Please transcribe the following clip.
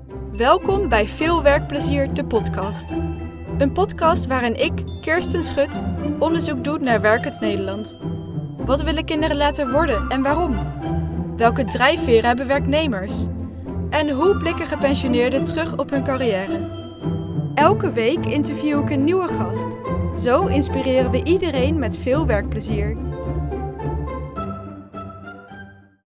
Welkom bij Veel Werkplezier, de podcast. Een podcast waarin ik, Kirsten Schut, onderzoek doe naar werkend Nederland. Wat willen kinderen later worden en waarom? Welke drijfveren hebben werknemers? En hoe blikken gepensioneerden terug op hun carrière? Elke week interview ik een nieuwe gast. Zo inspireren we iedereen met veel werkplezier.